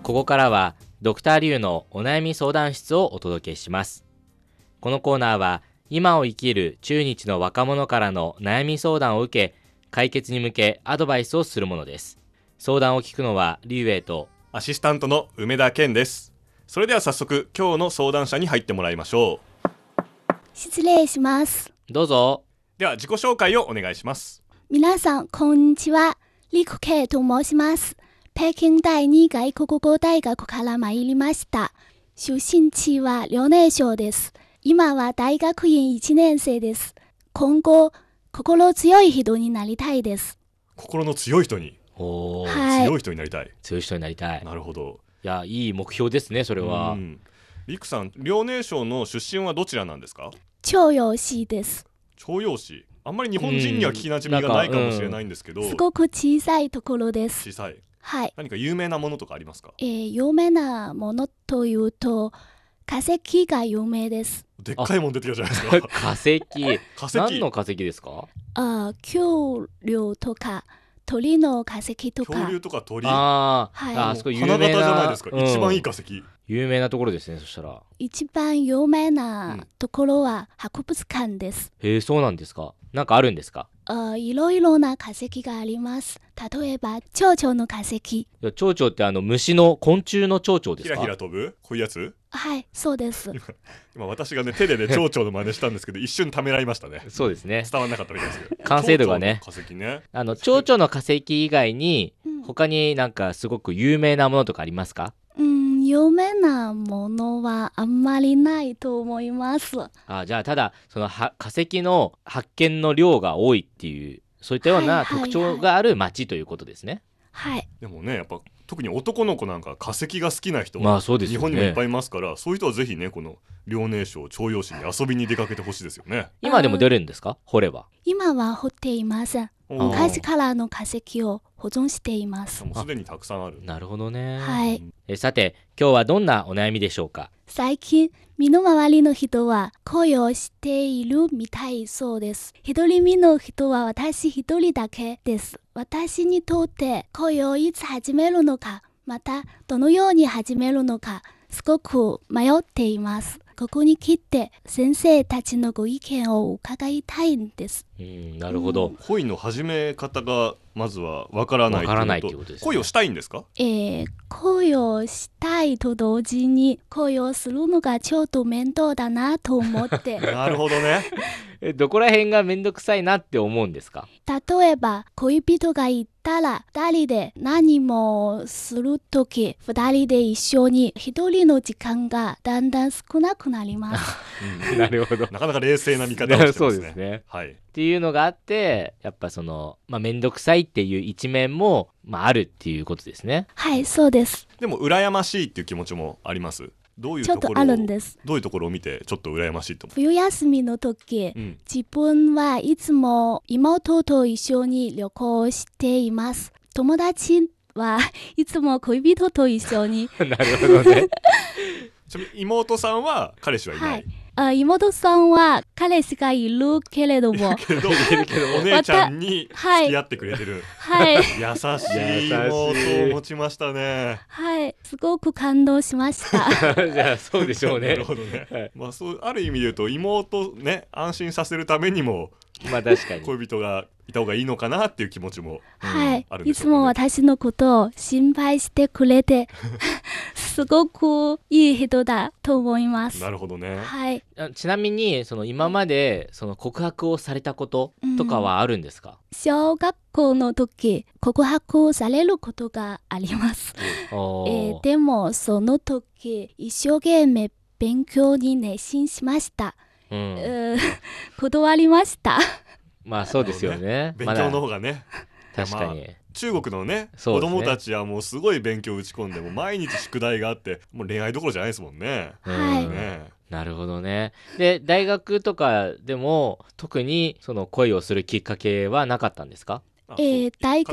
ここからはドクターリュウのお悩み相談室をお届けします。このコーナーは今を生きる中日の若者からの悩み相談を受け、解決に向けアドバイスをするものです。相談を聞くのはリュウエイとアシスタントの梅田健です。それでは早速今日の相談者に入ってもらいましょう。 失礼します。 どうぞ。 では自己紹介をお願いします。 皆さんこんにちは。リコケイと申します。北京第二外国語大学から参りました。出身地は遼寧省です。今は大学院1年生です。今後心強い人になりたいです。 心の強い人に、強い人になりたい。 強い人になりたい。 なるほど。 いや、いい目標ですね、それは。 リクさん、遼寧省の出身はどちらなんですか？ 朝陽市です。 朝陽市、あんまり日本人には聞きなじみがないかもしれないんですけど、 すごく小さいところです。 小さい。 はい。 何か有名なものとかありますか？ 有名なものというと化石が有名です。 でっかいもん出てきたじゃないですか。 化石。 化石。 何の化石ですか？ 恐竜とか鳥の化石とか。 恐竜とか鳥。 あそこ有名な花形じゃないですか。一番いい化石。 有名なところですね。そしたら一番有名なところは博物館です。 そうなんですか。なんかあるんですか？ いろいろな化石があります。例えば蝶々の化石。 いや、蝶々って虫の昆虫の蝶々ですか？ ひらひら飛ぶこういうやつ？ はい、そうです。 今私がね手でね蝶々の真似したんですけど一瞬ためらいましたね。 そうですね。 伝わんなかったみたいですけど。 完成度がね。 蝶々の化石ね。 蝶々の化石以外に他になんかすごく有名なものとかありますか？ 有名なものはあんまりないと思います。 じゃあただその化石の発見の量が多いっていうそういったような特徴がある町ということですね。 はい。 でもね、やっぱ特に男の子なんか化石が好きな人は日本にもいっぱいいますから、そういう人はぜひねこの遼寧省朝陽市に遊びに出かけてほしいですよね。 今でも出るんですか？掘れば。 今は掘っていません。昔からの化石を保存しています。 もうすでにたくさんある。 なるほどね。 はい。 さて今日はどんなお悩みでしょうか？ 最近身の回りの人は恋をしているみたいそうです。一人身の人は私一人だけです。私にとって恋をいつ始めるのか、またどのように始めるのか、すごく迷っています。ここに来て先生たちのご意見を伺いたいんです。 なるほど。 恋の始め方がまずはわからないということですね。恋をしたいんですか？ 恋をしたいと同時に恋をするのがちょっと面倒だなと思ってなるほどね。 どこら辺がめんどくさいなって思うんですか？ 例えば恋人がいたら2人で何もするとき2人で一緒に1人の時間がだんだん少なくなりますなるほど。 なかなか冷静な見方をしてますね。 そうですね。 はい。 っていうのがあってやっぱめんどくさいっていう一面も、あるっていうことですね。 はい、そうです。 でも羨ましいっていう気持ちもあります。どういうちょっとあるんです。 どういうところを見てちょっと羨ましいと思う？ 冬休みの時、自分はいつも妹と一緒に旅行しています。友達はいつも恋人と一緒になるほどね。 ちなみに妹さんは彼氏はいない？ 妹さんは彼氏がいるけれどもお姉ちゃんに付き合ってくれてる。 はい、 優しい妹を持ちましたね。 はい、すごく感動しましたじゃあそうでしょうね。 なるほどね。そうある意味で言うと妹ね安心させるためにも確かに恋人がいた方がいいのかなっていう気持ちもはい、 あるんでしょうかね。 いつも私のことを心配してくれてすごくいい人だと思います。 なるほどね。 はい。 ちなみに今まで告白をされたこととかはあるんですか？ 小学校の時告白されることがあります。でもその時一生懸命勉強に熱心しました。断りました。 そうですよね。 勉強の方がね。 確かに。 中国のね子供たちはもうすごい勉強打ち込んでも毎日宿題があってもう恋愛どころじゃないですもんね。 なるほどね。で大学とかでも特に恋をするきっかけはなかったんですか？ 大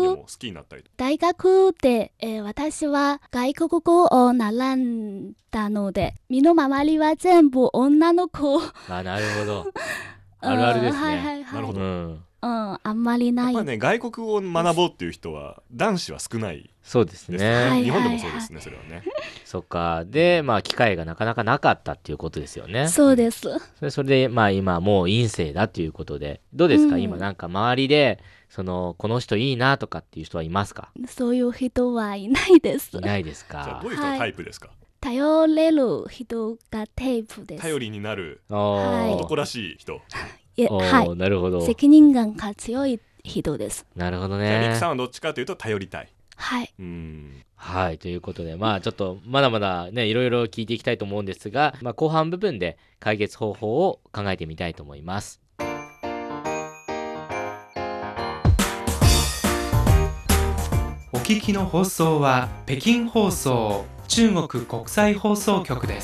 学で、私は外国語を習んだので身の回りは全部女の子。 なるほど。あるあるですね。 なるほど。 あんまりない。 やっぱね、外国語を学ぼうっていう人は男子は少ないそうですですね。 はい日本でもそうですね、それはね。 そっか。で、まあ機会がなかなかなかったっていうことですよね。 そうです。 それでまあ今もう陰性だっていうことで、どうですか、今なんか周りでこの人いいなとかっていう人はいますか？ そういう人はいないです。 いないですじゃあかどういう人がタイプですか？ 頼れる人がタイプです。 頼りになるはい男らしい人。 はい。 なるほど。 責任感が強い人です。 なるほどじゃあリクね。 さんはどっちかというと頼りたい。 はい。 はい、ということで、まあちょっとまだまだね、いろいろ聞いていきたいと思うんですが、まあ、後半部分で解決方法を考えてみたいと思います。 お聞きの放送は北京放送中国国際放送局です。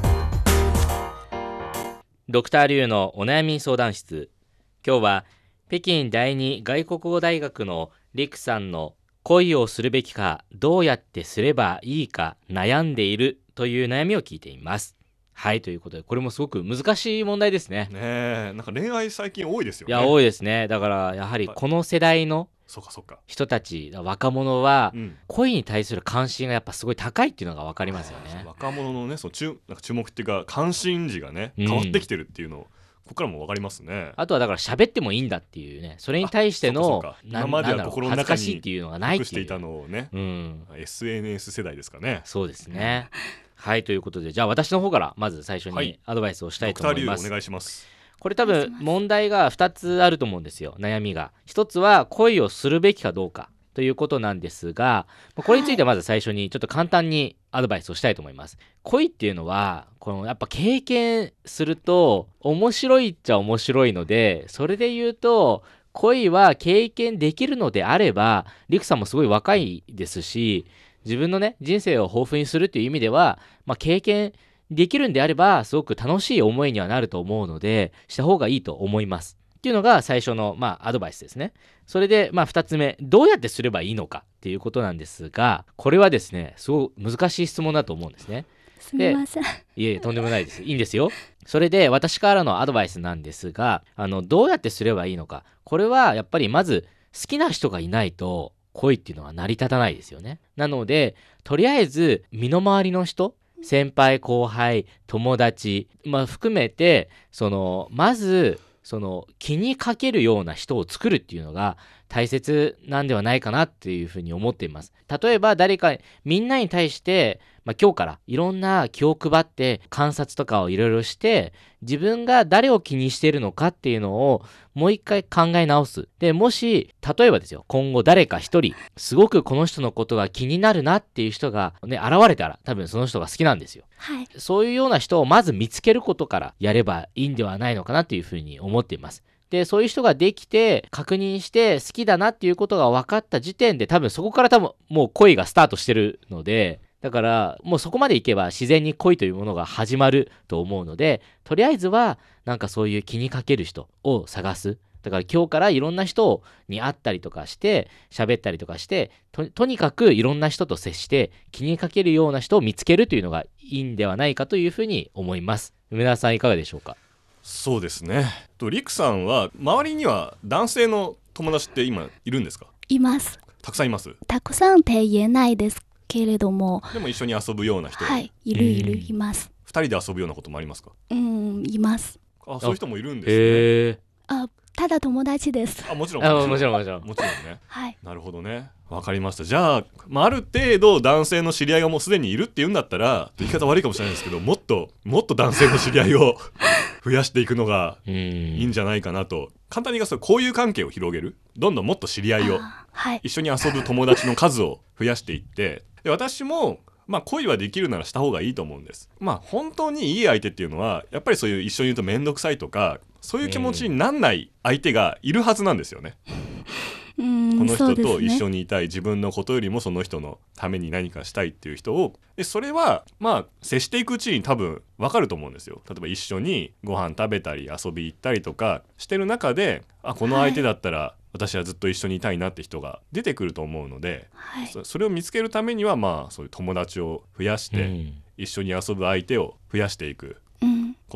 ドクターリュウのお悩み相談室。今日は北京第二外国語大学のリクさんの恋をするべきかどうやってすればいいか悩んでいるという悩みを聞いています。はい、ということでこれもすごく難しい問題ですね。 ねえ、なんか恋愛最近多いですよね。 いや多いですね。だからやはりこの世代のそうかそうか。 人たち若者はうん恋に対する関心がやっぱすごい高いっていうのが分かりますよね。 若者のね、なんか注目っていうか関心事がねうん変わってきてるっていうのを、ここからも分かりますね。 あとはだから喋ってもいいんだっていうね、それに対してのそうかそうか今までは心の中に恥ずかしいっていうのがないっていう。 隠していたのをね、SNS 世代ですかね。 そうですね。はい、ということでじゃあ私の方からまず最初にアドバイスをしたいと思います。 ドクターリュウお願いします。 これ多分問題が2つあると思うんですよ、悩みが。1つは恋をするべきかどうかということなんですが、これについてまず最初にちょっと簡単にアドバイスをしたいと思います。恋っていうのはやっぱ経験すると面白いっちゃ面白いので、それで言うと恋は経験できるのであれば、リクさんもすごい若いですし、自分のね人生を豊富にするっていう意味では、経験できるんであればすごく楽しい思いにはなると思うので、した方がいいと思いますっていうのが最初のアドバイスですね。それで2つ目、どうやってすればいいのかっていうことなんですが、これはですねすごく難しい質問だと思うんですね。 すみません。 いえとんでもないです。いいんですよ。それで私からのアドバイスなんですが、どうやってすればいいのか、これはやっぱりまず好きな人がいないと恋っていうのは成り立たないですよね。なのでとりあえず身の回りの人、先輩後輩友達、含めてまず気にかけるような人を作るっていうのが大切なんではないかなっていうふうに思っています。例えばみんなに対して、今日からいろんな気を配って観察とかをいろいろして、自分が誰を気にしているのかっていうのをもう一回考え直す。でもし例えばですよ、今後誰か一人すごくこの人のことが気になるなっていう人がね現れたら、多分その人が好きなんですよ。 はい。 そういうような人をまず見つけることからやればいいんではないのかなというふうに思っています。でそういう人ができて確認して好きだなっていうことが分かった時点で、多分そこからもう恋がスタートしてるので、だからもうそこまでいけば自然に恋というものが始まると思うので、とりあえずはなんかそういう気にかける人を探す。だから今日からいろんな人に会ったりとかして喋ったりとかして、とにかくいろんな人と接して気にかけるような人を見つけるというのがいいんではないかというふうに思います。梅田さんいかがでしょうか？ そうですね。リクさんは周りには男性の友達って今いるんですか？ います。 たくさんいます。 たくさんって言えないですけれども、 でも一緒に遊ぶような人、 はい、います。 二人で遊ぶようなこともありますか？ います。 そういう人もいるんですね。 ただ友達です。 もちろんもちろんね。 はい。 なるほどね。わかりました。じゃあ、ある程度男性の知り合いがもうすでにいるっていうんだったら、言い方悪いかもしれないですけど、もっと男性の知り合いを増やしていくのがいいんじゃないかなと。簡単に言いますと、交友関係を広げる、どんどんもっと知り合いを、一緒に遊ぶ友達の数を増やしていって、で私も恋はできるならした方がいいと思うんです。本当にいい相手っていうのはやっぱりそういう一緒にいると面倒くさいとかそういう気持ちになんない相手がいるはずなんですよね。この人と一緒にいたい、自分のことよりもその人のために何かしたいっていう人を、でそれは接していくうちに多分分かると思うんですよ。例えば一緒にご飯食べたり遊び行ったりとかしてる中で、この相手だったら私はずっと一緒にいたいなって人が出てくると思うので、それを見つけるためにはそういう友達を増やして、一緒に遊ぶ相手を増やしていくこ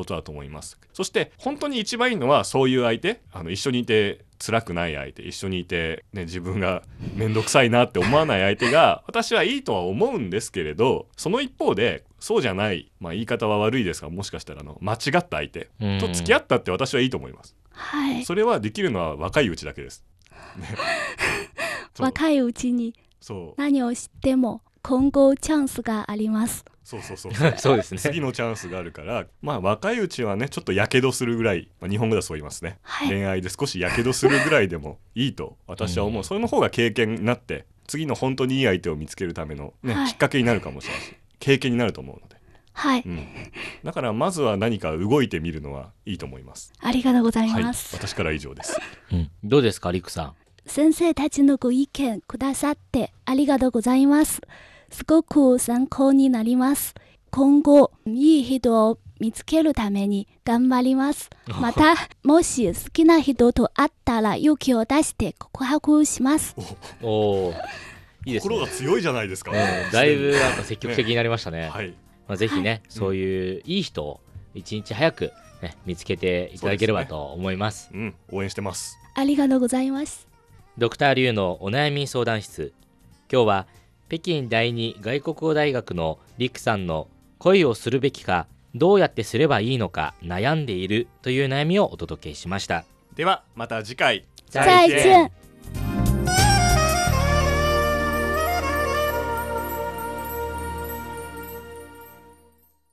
ことだと思います。そして本当に一番いいのはそういう相手、一緒にいて辛くない相手、一緒にいて、ね、自分がめんどくさいなって思わない相手が私はいいとは思うんですけれど、その一方でそうじゃない、言い方は悪いですが、もしかしたら間違った相手と付き合ったって私はいいと思います。 はい。 それはできるのは若いうちだけです、ね、 若いうちに何をしても今後チャンスがあります。 そうそうですね。 次のチャンスがあるから、若いうちはねちょっとやけどするぐらい、日本語ではそう言いますね、 はい、 恋愛で少しやけどするぐらいでもいいと私は思う。それの方が経験になって次の本当にいい相手を見つけるための、はい、きっかけになるかもしれないし、経験になると思うので、 はい、 だからまずは何か動いてみるのはいいと思います。 ありがとうございます、 はい、私からは以上です、 どうですかリクさん。 先生たちのご意見くださってありがとうございます。すごく参考になります。今後いい人を見つけるために頑張ります。またもし好きな人と会ったら勇気を出して告白します。 おいいですね。 心が強いじゃないですか、 だいぶなんか積極的になりましたね。 はい、 ぜひね、そういういい人を一日早く、見つけていただければと思います。 応援してます。 ありがとうございます。 ドクターリュウのお悩み相談室、今日は北京第二外国語大学のリクさんの恋をするべきかどうやってすればいいのか悩んでいるという悩みをお届けしました。 ではまた次回。 再见。